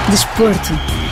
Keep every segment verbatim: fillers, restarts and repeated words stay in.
Desporto.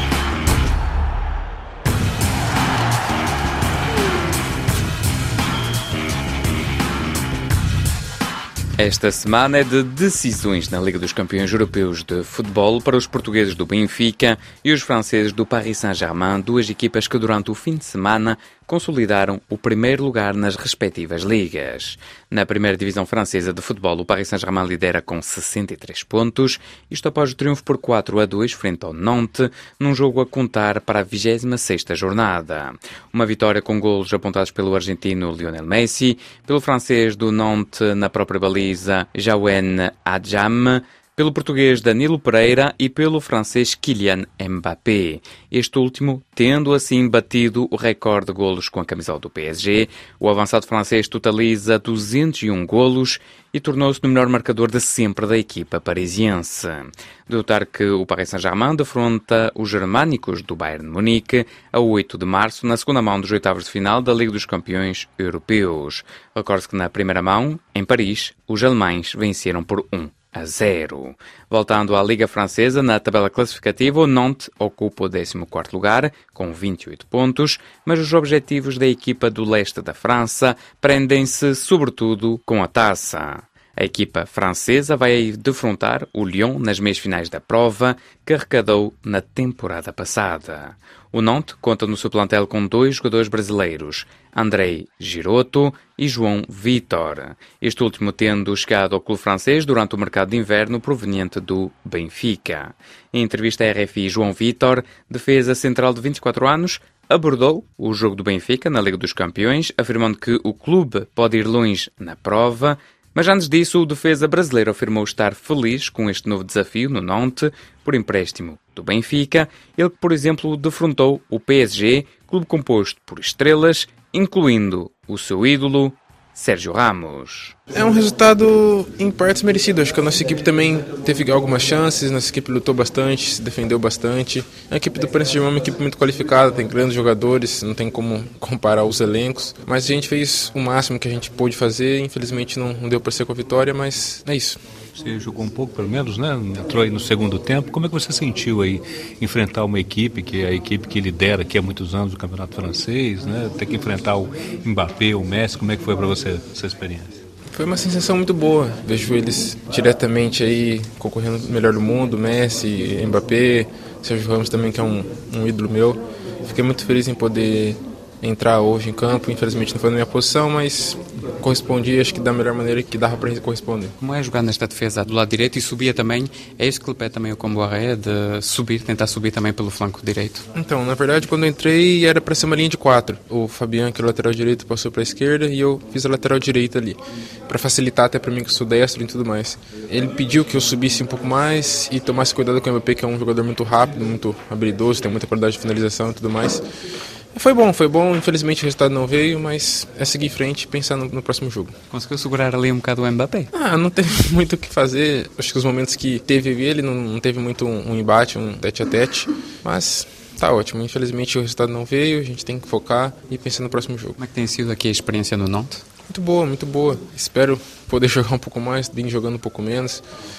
Esta semana é de decisões na Liga dos Campeões Europeus de Futebol para os portugueses do Benfica e os franceses do Paris Saint-Germain, duas equipas que durante o fim de semana consolidaram o primeiro lugar nas respectivas ligas. Na primeira divisão francesa de futebol, o Paris Saint-Germain lidera com sessenta e três pontos, isto após o triunfo por quatro a dois frente ao Nantes, num jogo a contar para a vigésima sexta jornada. Uma vitória com golos apontados pelo argentino Lionel Messi, pelo francês do Nantes na própria baliza Jawen Adjam, pelo português Danilo Pereira e pelo francês Kylian Mbappé. Este último tendo assim batido o recorde de golos com a camisola do P S G. O avançado francês totaliza duzentos e um golos e tornou-se o melhor marcador de sempre da equipa parisiense. De notar que o Paris Saint-Germain defronta os germânicos do Bayern de Munique a oito de março, na segunda mão dos oitavos de final da Liga dos Campeões Europeus. Recorde-se que na primeira mão, em Paris, os alemães venceram por um a zero. Voltando à Liga Francesa, na tabela classificativa, o Nantes ocupa o décimo quarto lugar, com vinte e oito pontos, mas os objetivos da equipa do leste da França prendem-se sobretudo com a taça. A equipa francesa vai defrontar o Lyon nas meias-finais da prova que arrecadou na temporada passada. O Nantes conta no seu plantel com dois jogadores brasileiros, Andrei Giroto e João Vitor. Este último tendo chegado ao clube francês durante o mercado de inverno proveniente do Benfica. Em entrevista à R F I, João Vitor, defesa central de vinte e quatro anos, abordou o jogo do Benfica na Liga dos Campeões, afirmando que o clube pode ir longe na prova. Mas antes disso, o defesa brasileiro afirmou estar feliz com este novo desafio no Nantes, por empréstimo do Benfica. Ele que, por exemplo, defrontou o P S G, clube composto por estrelas, incluindo o seu ídolo, Sérgio Ramos. É um resultado em partes merecido. Acho que a nossa equipe também teve algumas chances, nossa equipe lutou bastante, se defendeu bastante. A equipe do Paris Saint-Germain é uma equipe muito qualificada, tem grandes jogadores, não tem como comparar os elencos. Mas a gente fez o máximo que a gente pôde fazer, infelizmente não, não deu para ser com a vitória, mas é isso. Você jogou um pouco, pelo menos, né? Entrou aí no segundo tempo. Como é que você sentiu aí enfrentar uma equipe, que é a equipe que lidera aqui há muitos anos o Campeonato Francês, né? Ter que enfrentar o Mbappé, o Messi, como é que foi para você essa experiência? Foi uma sensação muito boa. Vejo eles diretamente aí concorrendo no melhor do mundo, Messi, Mbappé, Sérgio Ramos também, que é um, um ídolo meu. Fiquei muito feliz em poder entrar hoje em campo. Infelizmente não foi na minha posição, mas correspondi, acho que da melhor maneira que dava para corresponder. Como é jogar nesta defesa do lado direito e subia também, é isso que lhe pede também o Comboiré, de subir, tentar subir também pelo flanco direito? Então, na verdade, quando eu entrei era para ser uma linha de quatro. O Fabian, que é o lateral direito, passou para a esquerda e eu fiz a lateral direita ali, para facilitar até para mim que sou destro e tudo mais. Ele pediu que eu subisse um pouco mais e tomasse cuidado com o Mbappé, que é um jogador muito rápido, muito habilidoso, tem muita qualidade de finalização e tudo mais. Foi bom, foi bom. Infelizmente o resultado não veio, mas é seguir em frente e pensar no, no próximo jogo. Conseguiu segurar ali um bocado o Mbappé? Ah, não teve muito o que fazer. Acho que os momentos que teve ele, não, não teve muito um, um embate, um tete-a-tete, mas tá ótimo. Infelizmente o resultado não veio, a gente tem que focar e pensar no próximo jogo. Como é que tem sido aqui a experiência no Nantes? Muito boa, muito boa. Espero poder jogar um pouco mais, vim jogando um pouco menos.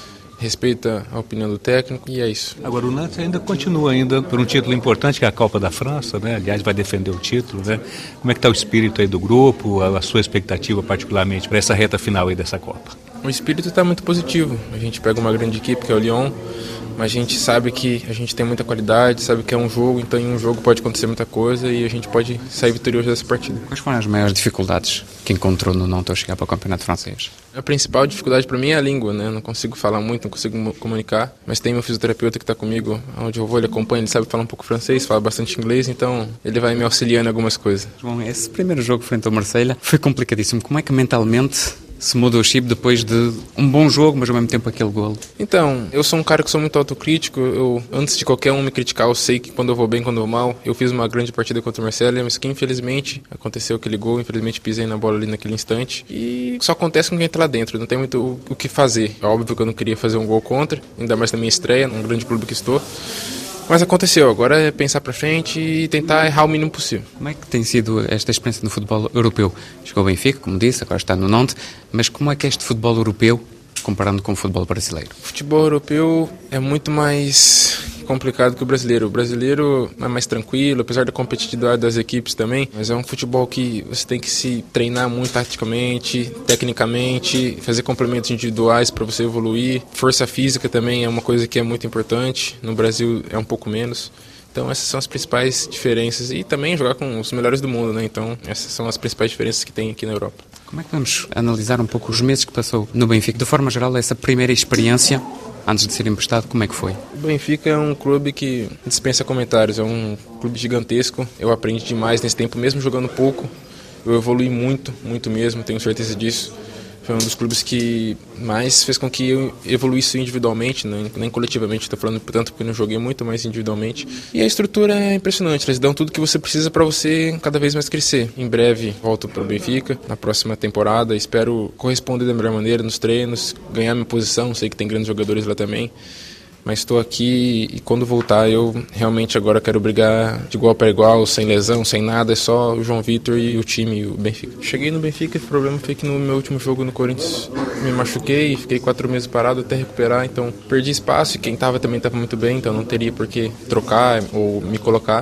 Respeita a opinião do técnico e é isso. Agora o Nantes ainda continua ainda por um título importante, que é a Copa da França, né? Aliás, vai defender o título, né? Como é que está o espírito aí do grupo, a, a sua expectativa particularmente para essa reta final aí dessa Copa? O espírito está muito positivo. A gente pega uma grande equipe que é o Lyon, mas a gente sabe que a gente tem muita qualidade, sabe que é um jogo, então em um jogo pode acontecer muita coisa e a gente pode sair vitorioso dessa partida. Quais foram as maiores dificuldades que encontrou no Nantes ao chegar para o Campeonato Francês? A principal dificuldade para mim é a língua, né? Não consigo falar muito, não consigo comunicar, mas tem meu fisioterapeuta que está comigo, onde eu vou, ele acompanha, ele sabe falar um pouco francês, fala bastante inglês, então ele vai me auxiliando em algumas coisas. João, esse primeiro jogo frente ao Marselha foi complicadíssimo. Como é que mentalmente se muda o chip depois de um bom jogo, mas ao mesmo tempo aquele golo? Então, eu sou um cara que sou muito autocrítico. Eu, antes de qualquer um me criticar, eu sei que quando eu vou bem, quando eu vou mal. Eu fiz uma grande partida contra o Marselha, mas que infelizmente aconteceu aquele gol, infelizmente pisei na bola ali naquele instante. E só acontece com quem tá lá dentro, não tem muito o, o que fazer. É óbvio que eu não queria fazer um gol contra, ainda mais na minha estreia, num grande clube que estou. Mas aconteceu, agora é pensar para frente e tentar errar o mínimo possível. Como é que tem sido esta experiência no futebol europeu? Chegou ao Benfica, como disse, agora está no Nantes, mas como é que é este futebol europeu comparando com o futebol brasileiro? O futebol europeu é muito mais complicado que o brasileiro. O brasileiro é mais tranquilo, apesar da competitividade das equipes também, mas é um futebol que você tem que se treinar muito taticamente, tecnicamente, fazer complementos individuais para você evoluir. Força física também é uma coisa que é muito importante, no Brasil é um pouco menos. Então essas são as principais diferenças e também jogar com os melhores do mundo, né? Então essas são as principais diferenças que tem aqui na Europa. Como é que vamos analisar um pouco os meses que passou no Benfica? De forma geral, essa primeira experiência, antes de ser emprestado, como é que foi? O Benfica é um clube que dispensa comentários, é um clube gigantesco. Eu aprendi demais nesse tempo, mesmo jogando pouco. Eu evolui muito, muito mesmo, tenho certeza disso. Foi um dos clubes que mais fez com que eu evoluísse individualmente, né? Nem coletivamente, estou falando tanto porque eu não joguei muito, mas individualmente. E a estrutura é impressionante, eles dão tudo que você precisa para você cada vez mais crescer. Em breve volto para o Benfica, na próxima temporada, espero corresponder da melhor maneira nos treinos, ganhar minha posição, sei que tem grandes jogadores lá também. Mas estou aqui e quando voltar eu realmente agora quero brigar de igual para igual, sem lesão, sem nada, é só o João Vitor e o time, o Benfica. Cheguei no Benfica e o problema foi que no meu último jogo no Corinthians me machuquei e fiquei quatro meses parado até recuperar, então perdi espaço e quem estava também estava muito bem, então não teria por que trocar ou me colocar.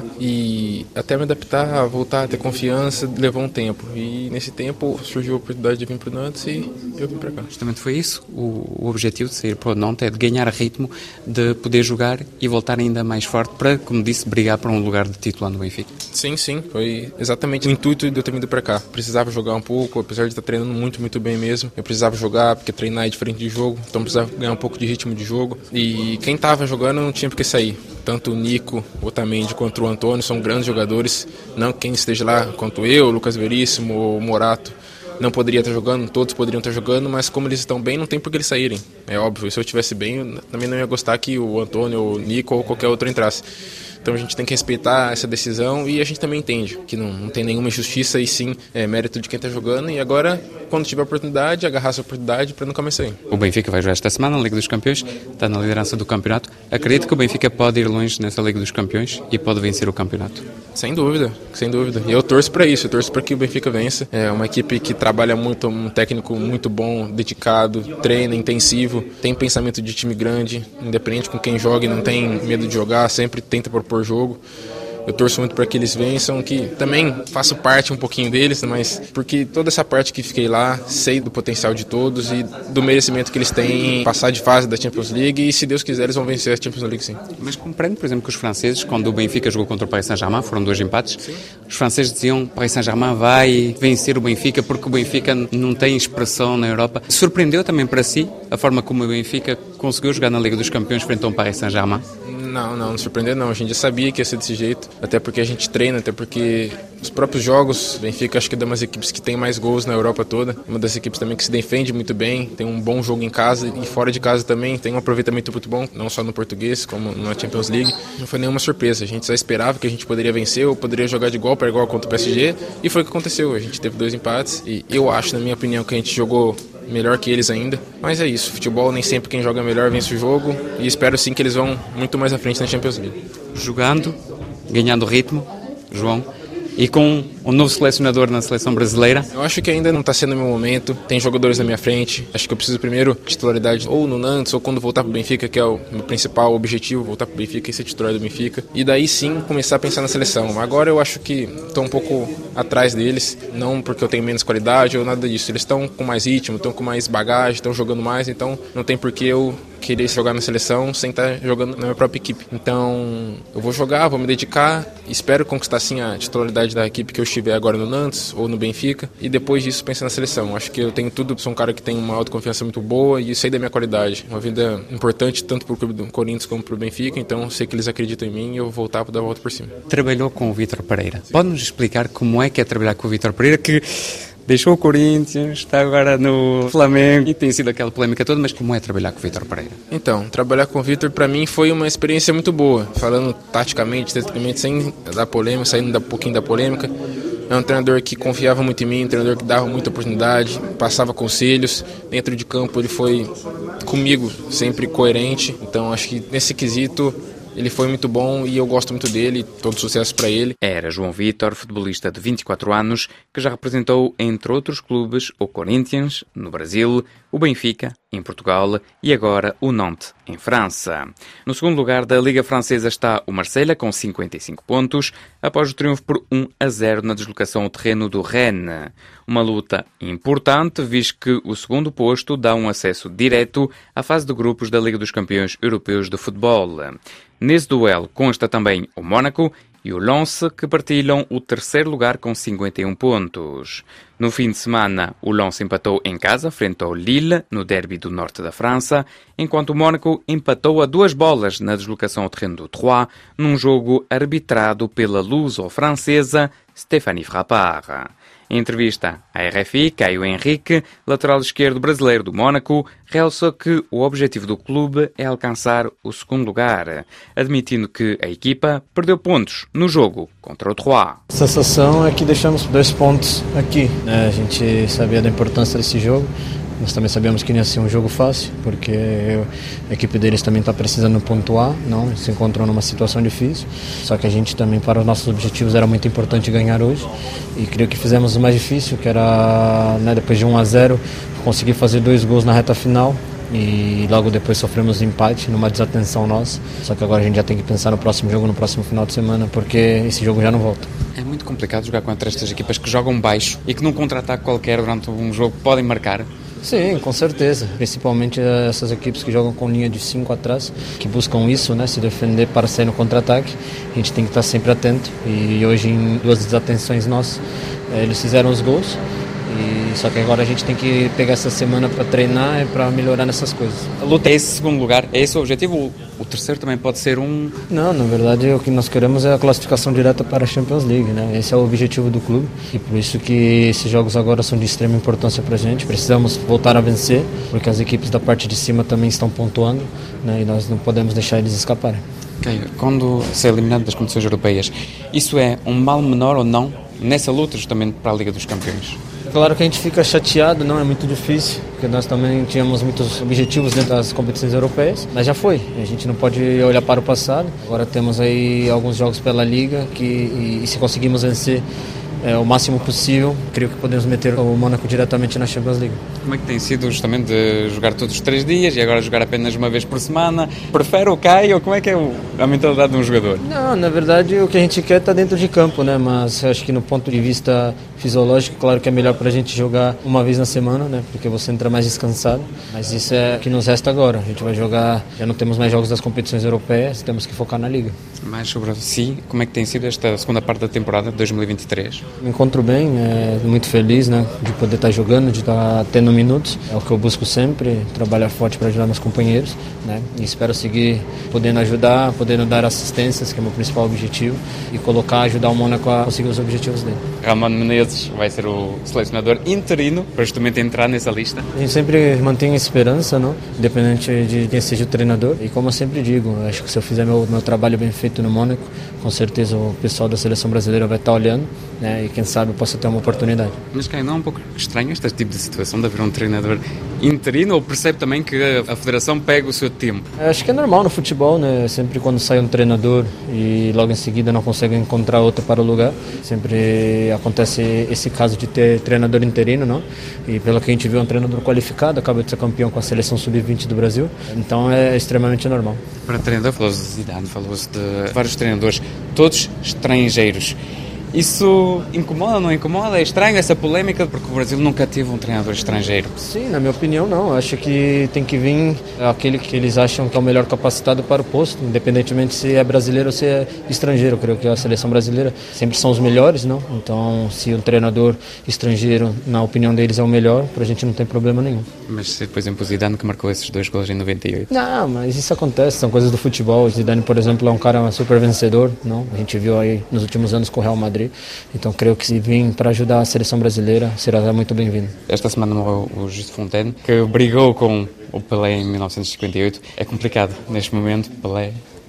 E até me adaptar, voltar a ter confiança, levou um tempo. E nesse tempo surgiu a oportunidade de vir para o Nantes e eu vim para cá. Justamente foi isso, o, o objetivo de sair para o Nantes é de ganhar ritmo, de poder jogar e voltar ainda mais forte para, como disse, brigar para um lugar de titular no Benfica. Sim, sim, foi exatamente o intuito de eu ter vindo para cá. Precisava jogar um pouco, apesar de estar treinando muito, muito bem mesmo. Eu precisava jogar, porque treinar é diferente de jogo, então precisava ganhar um pouco de ritmo de jogo. E quem estava jogando não tinha por que sair. Tanto o Nico, o Otamendi, quanto o Antônio são grandes jogadores. Não quem esteja lá, quanto eu, Lucas Veríssimo ou Morato. Não poderia estar jogando, todos poderiam estar jogando, mas como eles estão bem, não tem por que eles saírem. É óbvio, se eu estivesse bem, eu também não ia gostar que o Antônio, o Nico ou qualquer outro entrasse. Então a gente tem que respeitar essa decisão e a gente também entende que não, não tem nenhuma injustiça e sim é mérito de quem está jogando. E agora, quando tiver oportunidade, agarrar essa oportunidade para nunca mais sair. O Benfica vai jogar esta semana na Liga dos Campeões, está na liderança do campeonato. Acredito que o Benfica pode ir longe nessa Liga dos Campeões e pode vencer o campeonato. Sem dúvida, sem dúvida. E eu torço para isso, eu torço para que o Benfica vença. É uma equipe que trabalha muito, um técnico muito bom, dedicado, treina, intensivo, tem pensamento de time grande, independente com quem joga e não tem medo de jogar, sempre tenta propor jogo. Eu torço muito para que eles vençam, que também faço parte um pouquinho deles, mas porque toda essa parte que fiquei lá, sei do potencial de todos e do merecimento que eles têm em passar de fase da Champions League e se Deus quiser eles vão vencer a Champions League sim. Mas compreendo, por exemplo, que os franceses, quando o Benfica jogou contra o Paris Saint-Germain, foram dois empates, sim. Os franceses diziam que o Paris Saint-Germain vai vencer o Benfica porque o Benfica não tem expressão na Europa. Surpreendeu também para si a forma como o Benfica conseguiu jogar na Liga dos Campeões frente ao Paris Saint-Germain? Não, não, não surpreendeu não. A gente já sabia que ia ser desse jeito, até porque a gente treina, até porque os próprios jogos, Benfica acho que é uma das equipes que tem mais gols na Europa toda, uma das equipes também que se defende muito bem, tem um bom jogo em casa e fora de casa também, tem um aproveitamento muito bom, não só no português, como na Champions League. Não foi nenhuma surpresa, a gente só esperava que a gente poderia vencer ou poderia jogar de igual para igual contra o P S G e foi o que aconteceu, a gente teve dois empates e eu acho, na minha opinião, que a gente jogou melhor que eles ainda, mas é isso, futebol nem sempre quem joga melhor vence o jogo e espero sim que eles vão muito mais à frente na Champions League. Jogando, ganhando ritmo, João, e com um novo selecionador na seleção brasileira? Eu acho que ainda não está sendo o meu momento, tem jogadores na minha frente, acho que eu preciso primeiro de titularidade ou no Nantes ou quando voltar para o Benfica, que é o meu principal objetivo, voltar para o Benfica e ser titular do Benfica, e daí sim começar a pensar na seleção. Agora eu acho que estou um pouco atrás deles, não porque eu tenho menos qualidade ou nada disso, eles estão com mais ritmo, estão com mais bagagem, estão jogando mais, então não tem por que eu querer jogar na seleção sem estar jogando na minha própria equipe. Então eu vou jogar, vou me dedicar, espero conquistar sim a titularidade da equipe que eu estiver agora no Nantes ou no Benfica e depois disso pensar na seleção. Acho que eu tenho tudo, sou um cara que tem uma autoconfiança muito boa e sei da minha qualidade. Uma vida importante tanto para o clube do Corinthians como para o Benfica, então sei que eles acreditam em mim e eu vou voltar para dar a volta por cima. Trabalhou com o Vítor Pereira. Pode-nos explicar como é que é trabalhar com o Vítor Pereira, que deixou o Corinthians, está agora no Flamengo e tem sido aquela polémica toda, mas como é trabalhar com o Vítor Pereira? Então, trabalhar com o Vítor para mim foi uma experiência muito boa, falando taticamente, tecnicamente, sem dar polêmica, saindo um pouquinho da polêmica. É um treinador que confiava muito em mim, um treinador que dava muita oportunidade, passava conselhos. Dentro de campo ele foi comigo sempre coerente, então acho que nesse quesito ele foi muito bom e eu gosto muito dele, todo sucesso para ele. Era João Vitor, futebolista de vinte e quatro anos, que já representou, entre outros clubes, o Corinthians, no Brasil, o Benfica em Portugal, e agora o Nantes, em França. No segundo lugar da Liga Francesa está o Marselha, com cinquenta e cinco pontos, após o triunfo por um a zero na deslocação ao terreno do Rennes. Uma luta importante, visto que o segundo posto dá um acesso direto à fase de grupos da Liga dos Campeões Europeus de Futebol. Nesse duelo consta também o Mónaco e o Lens, que partilham o terceiro lugar com cinquenta e um pontos. No fim de semana, o Lens empatou em casa frente ao Lille, no derby do norte da França, enquanto o Mónaco empatou a duas bolas na deslocação ao terreno do Troyes, num jogo arbitrado pela luso-francesa Stéphanie Frappart. Em entrevista à R F I, Caio Henrique, lateral esquerdo brasileiro do Mónaco, realçou que o objetivo do clube é alcançar o segundo lugar, admitindo que a equipa perdeu pontos no jogo contra o Troyes. A sensação é que deixamos dois pontos aqui. A gente sabia da importância desse jogo. Nós também sabíamos que não ia ser um jogo fácil, porque a equipe deles também está precisando pontuar, não? Se encontrou numa situação difícil. Só que a gente também, para os nossos objetivos, era muito importante ganhar hoje. E creio que fizemos o mais difícil, que era, né, depois de um a zero, conseguir fazer dois gols na reta final. E logo depois sofremos empate, numa desatenção nossa. Só que agora a gente já tem que pensar no próximo jogo, no próximo final de semana, porque esse jogo já não volta. É muito complicado jogar contra estas equipas que jogam baixo e que num contra-ataque qualquer durante um jogo podem marcar. Sim, com certeza. Principalmente essas equipes que jogam com linha de cinco atrás, que buscam isso, né, se defender para sair no contra-ataque. A gente tem que estar sempre atento. E hoje, em duas desatenções nossas, eles fizeram os gols. E só que agora a gente tem que pegar essa semana para treinar e para melhorar nessas coisas. A luta é esse segundo lugar? É esse o objetivo? O terceiro também pode ser um... Não, na verdade o que nós queremos é a classificação direta para a Champions League, né? Esse é o objetivo do clube e por isso que esses jogos agora são de extrema importância para a gente. Precisamos voltar a vencer, porque as equipes da parte de cima também estão pontuando, né? E nós não podemos deixar eles escaparem. Okay. Quando se é eliminado das competições europeias, isso é um mal menor ou não nessa luta justamente para a Liga dos Campeões? Claro que a gente fica chateado, não é muito difícil, porque nós também tínhamos muitos objetivos dentro das competições europeias, mas já foi, a gente não pode olhar para o passado. Agora temos aí alguns jogos pela Liga que, e, e se conseguimos vencer é, o máximo possível, creio que podemos meter o Mónaco diretamente na Champions League. Como é que tem sido justamente de jogar todos os três dias e agora jogar apenas uma vez por semana? Prefere o Caio ou como é que é a mentalidade de um jogador? Não, na verdade o que a gente quer está dentro de campo, né? Mas acho que no ponto de vista fisiológico, claro que é melhor para a gente jogar uma vez na semana, né? Porque você entra mais descansado, mas isso é o que nos resta agora. A gente vai jogar, já não temos mais jogos das competições europeias, temos que focar na Liga. Mais sobre si, como é que tem sido esta segunda parte da temporada de dois mil e vinte e três? Me encontro bem, é, muito feliz, né, de poder estar jogando, de estar tendo minutos. É o que eu busco sempre, trabalhar forte para ajudar meus companheiros, né, e espero seguir podendo ajudar, podendo dar assistências, que é o meu principal objetivo, e colocar, ajudar o Mónaco a conseguir os objetivos dele. Ramon Menezes vai ser o selecionador interino para justamente entrar nessa lista? A gente sempre mantém a esperança, não? Independente de quem seja o treinador, e como eu sempre digo, acho que se eu fizer meu, meu trabalho bem feito no Mónaco, com certeza o pessoal da seleção brasileira vai estar olhando, né, e quem sabe eu possa ter uma oportunidade. Mas Caio, não é um pouco estranho este tipo de situação de haver um treinador interino, ou percebe também que a Federação pega o seu tempo? Acho que é normal no futebol, né? Sempre quando sai um treinador e logo em seguida não consegue encontrar outro para o lugar, sempre acontece esse caso de ter treinador interino, não? E pelo que a gente viu, é um treinador qualificado, acaba de ser campeão com a seleção sub vinte do Brasil, então é extremamente normal. Para treinador, falou-se de Zidane, falou-se de vários treinadores, todos estrangeiros. Isso incomoda ou não incomoda? É estranho essa polémica porque o Brasil nunca teve um treinador estrangeiro. Sim, na minha opinião não. Acho que tem que vir aquele que eles acham que é o melhor capacitado para o posto, independentemente se é brasileiro ou se é estrangeiro. Eu creio que a seleção brasileira sempre são os melhores, não? Então, se o treinador estrangeiro, na opinião deles, é o melhor, para a gente não tem problema nenhum. Mas se, por exemplo, o Zidane que marcou esses dois gols em noventa e oito? Não, mas isso acontece, são coisas do futebol. O Zidane, por exemplo, é um cara super vencedor, não? A gente viu aí nos últimos anos com o Real Madrid. Então creio que se vir para ajudar a seleção brasileira será muito bem-vindo. Esta semana morreu o Just Fontaine, que brigou com o Pelé em mil novecentos e cinquenta e oito. É complicado neste momento, Pelé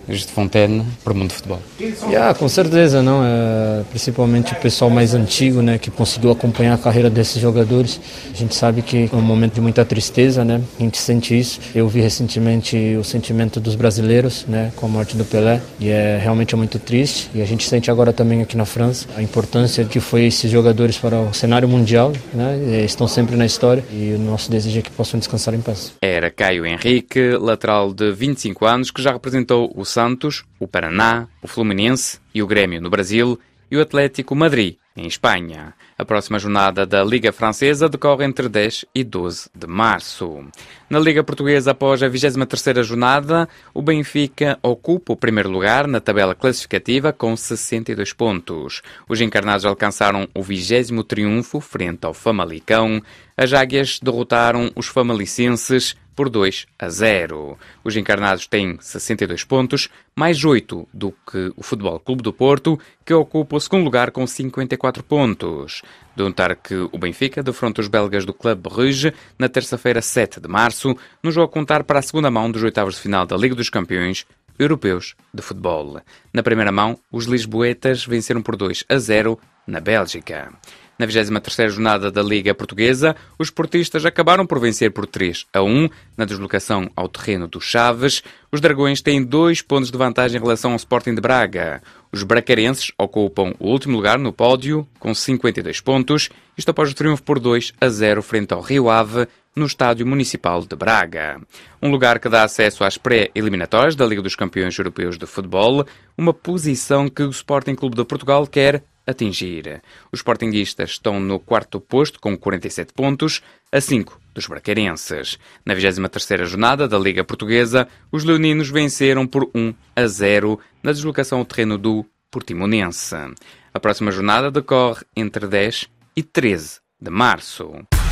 de Fontaine para o mundo do futebol? Yeah, com certeza, não. É, principalmente o pessoal mais antigo, né, que conseguiu acompanhar a carreira desses jogadores. A gente sabe que é um momento de muita tristeza, né? A gente sente isso. Eu vi recentemente o sentimento dos brasileiros, né, com a morte do Pelé, e é realmente muito triste. E a gente sente agora também aqui na França a importância que foi esses jogadores para o cenário mundial, né? E estão sempre na história e o nosso desejo é que possam descansar em paz. Era Caio Henrique, lateral de vinte e cinco anos, que já representou o Santos, o Paraná, o Fluminense e o Grêmio no Brasil e o Atlético Madrid em Espanha. A próxima jornada da Liga Francesa decorre entre dez e doze de março. Na Liga Portuguesa, após a vigésima terceira jornada, o Benfica ocupa o primeiro lugar na tabela classificativa com sessenta e dois pontos. Os encarnados alcançaram o vigésimo triunfo frente ao Famalicão. As águias derrotaram os famalicenses por dois a zero. Os encarnados têm sessenta e dois pontos, mais oito do que o Futebol Clube do Porto, que ocupa o segundo lugar com cinquenta e quatro pontos. De notar que o Benfica defronta os belgas do Clube Bruges na terça-feira, sete de março, no jogo a contar para a segunda mão dos oitavos de final da Liga dos Campeões Europeus de Futebol. Na primeira mão, os lisboetas venceram por dois a zero na Bélgica. Na vigésima terceira jornada da Liga Portuguesa, os portistas acabaram por vencer por três a um na deslocação ao terreno do Chaves. Os dragões têm dois pontos de vantagem em relação ao Sporting de Braga. Os bracarenses ocupam o último lugar no pódio com cinquenta e dois pontos, isto após o triunfo por dois a zero frente ao Rio Ave no Estádio Municipal de Braga. Um lugar que dá acesso às pré-eliminatórias da Liga dos Campeões Europeus de Futebol, uma posição que o Sporting Clube de Portugal quer atingir. Os sportinguistas estão no quarto posto com quarenta e sete pontos, a cinco dos bracarenses. Na vigésima terceira jornada da Liga Portuguesa, os leoninos venceram por um a zero na deslocação ao terreno do Portimonense. A próxima jornada decorre entre dez e treze de março.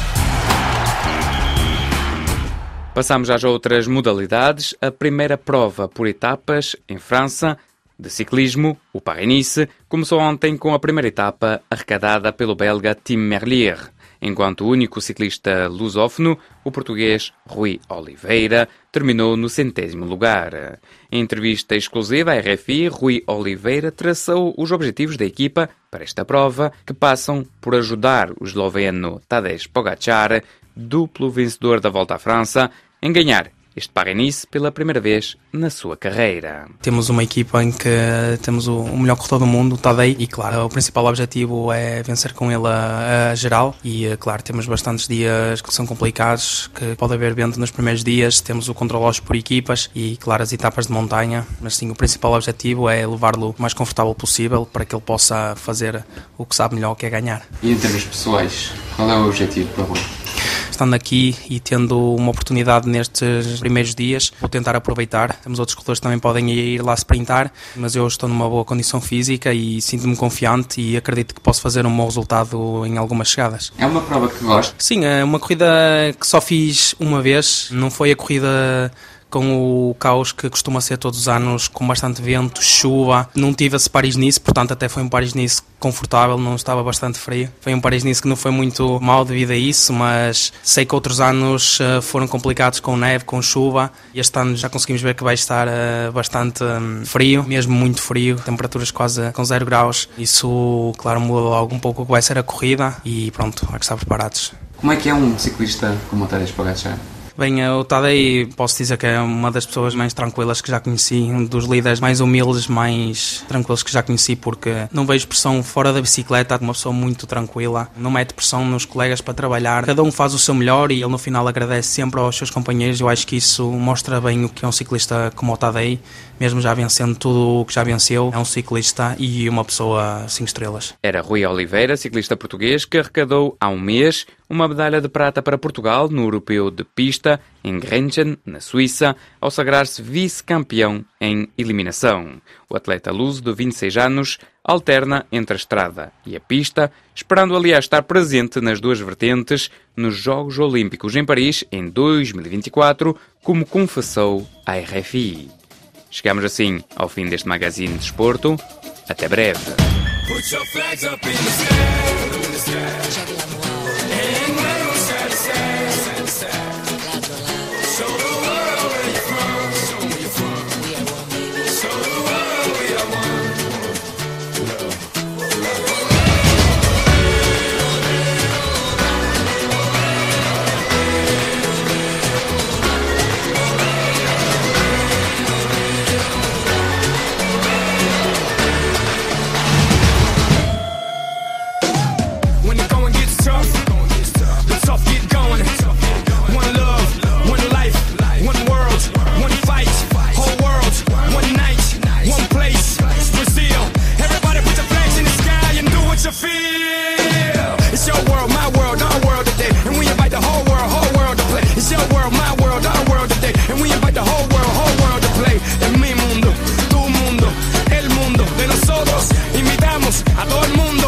Passamos às outras modalidades. A primeira prova por etapas em França de ciclismo, o Paris-Nice, começou ontem com a primeira etapa arrecadada pelo belga Tim Merlier, enquanto o único ciclista lusófono, o português Rui Oliveira, terminou no centésimo lugar. Em entrevista exclusiva à R F I, Rui Oliveira traçou os objetivos da equipa para esta prova, que passam por ajudar o esloveno Tadej Pogačar, duplo vencedor da Volta à França, em ganhar este Paris-Nice pela primeira vez na sua carreira. Temos uma equipa em que temos o melhor corredor do mundo, o Tadej, e claro, o principal objetivo é vencer com ele a, a geral e claro, temos bastantes dias que são complicados, que pode haver vento nos primeiros dias, temos o contrarrelógio por equipas e claro, as etapas de montanha, mas sim, o principal objetivo é levá-lo o mais confortável possível para que ele possa fazer o que sabe melhor, que é ganhar. E em termos pessoais, qual é o objetivo para o Rui? Estando aqui e tendo uma oportunidade nestes primeiros dias, vou tentar aproveitar. Temos outros corredores que também podem ir lá sprintar, mas eu estou numa boa condição física e sinto-me confiante e acredito que posso fazer um bom resultado em algumas chegadas. É uma prova que gosto? Sim, é uma corrida que só fiz uma vez, não foi a corrida com o caos que costuma ser todos os anos, com bastante vento, chuva. Não tive esse Paris-Nice, portanto até foi um Paris-Nice confortável, não estava bastante frio. Foi um Paris-Nice que não foi muito mal devido a isso, mas sei que outros anos uh, foram complicados com neve, com chuva. Este ano já conseguimos ver que vai estar uh, bastante um, frio, mesmo muito frio, temperaturas quase com zero graus. Isso, claro, muda logo um pouco o que vai ser a corrida e pronto, há que estar preparados. Como é que é um ciclista como o Tadej Pogačar? Bem, o Tadej posso dizer que é uma das pessoas mais tranquilas que já conheci, um dos líderes mais humildes, mais tranquilos que já conheci, porque não vejo pressão fora da bicicleta, uma pessoa muito tranquila, não mete pressão nos colegas para trabalhar, cada um faz o seu melhor e ele no final agradece sempre aos seus companheiros. Eu acho que isso mostra bem o que é um ciclista como o Tadej, mesmo já vencendo tudo o que já venceu, é um ciclista e uma pessoa cinco estrelas. Era Rui Oliveira, ciclista português, que arrecadou há um mês uma medalha de prata para Portugal no Europeu de Pista, em Grenchen, na Suíça, ao sagrar-se vice-campeão em eliminação. O atleta luso, de vinte e seis anos, alterna entre a estrada e a pista, esperando aliás estar presente nas duas vertentes nos Jogos Olímpicos em Paris em dois mil e vinte e quatro, como confessou à R F I. Chegamos assim ao fim deste magazine de desporto. Até breve. Show the world where you're from. Show me you're from. We are one. Show a todo el mundo.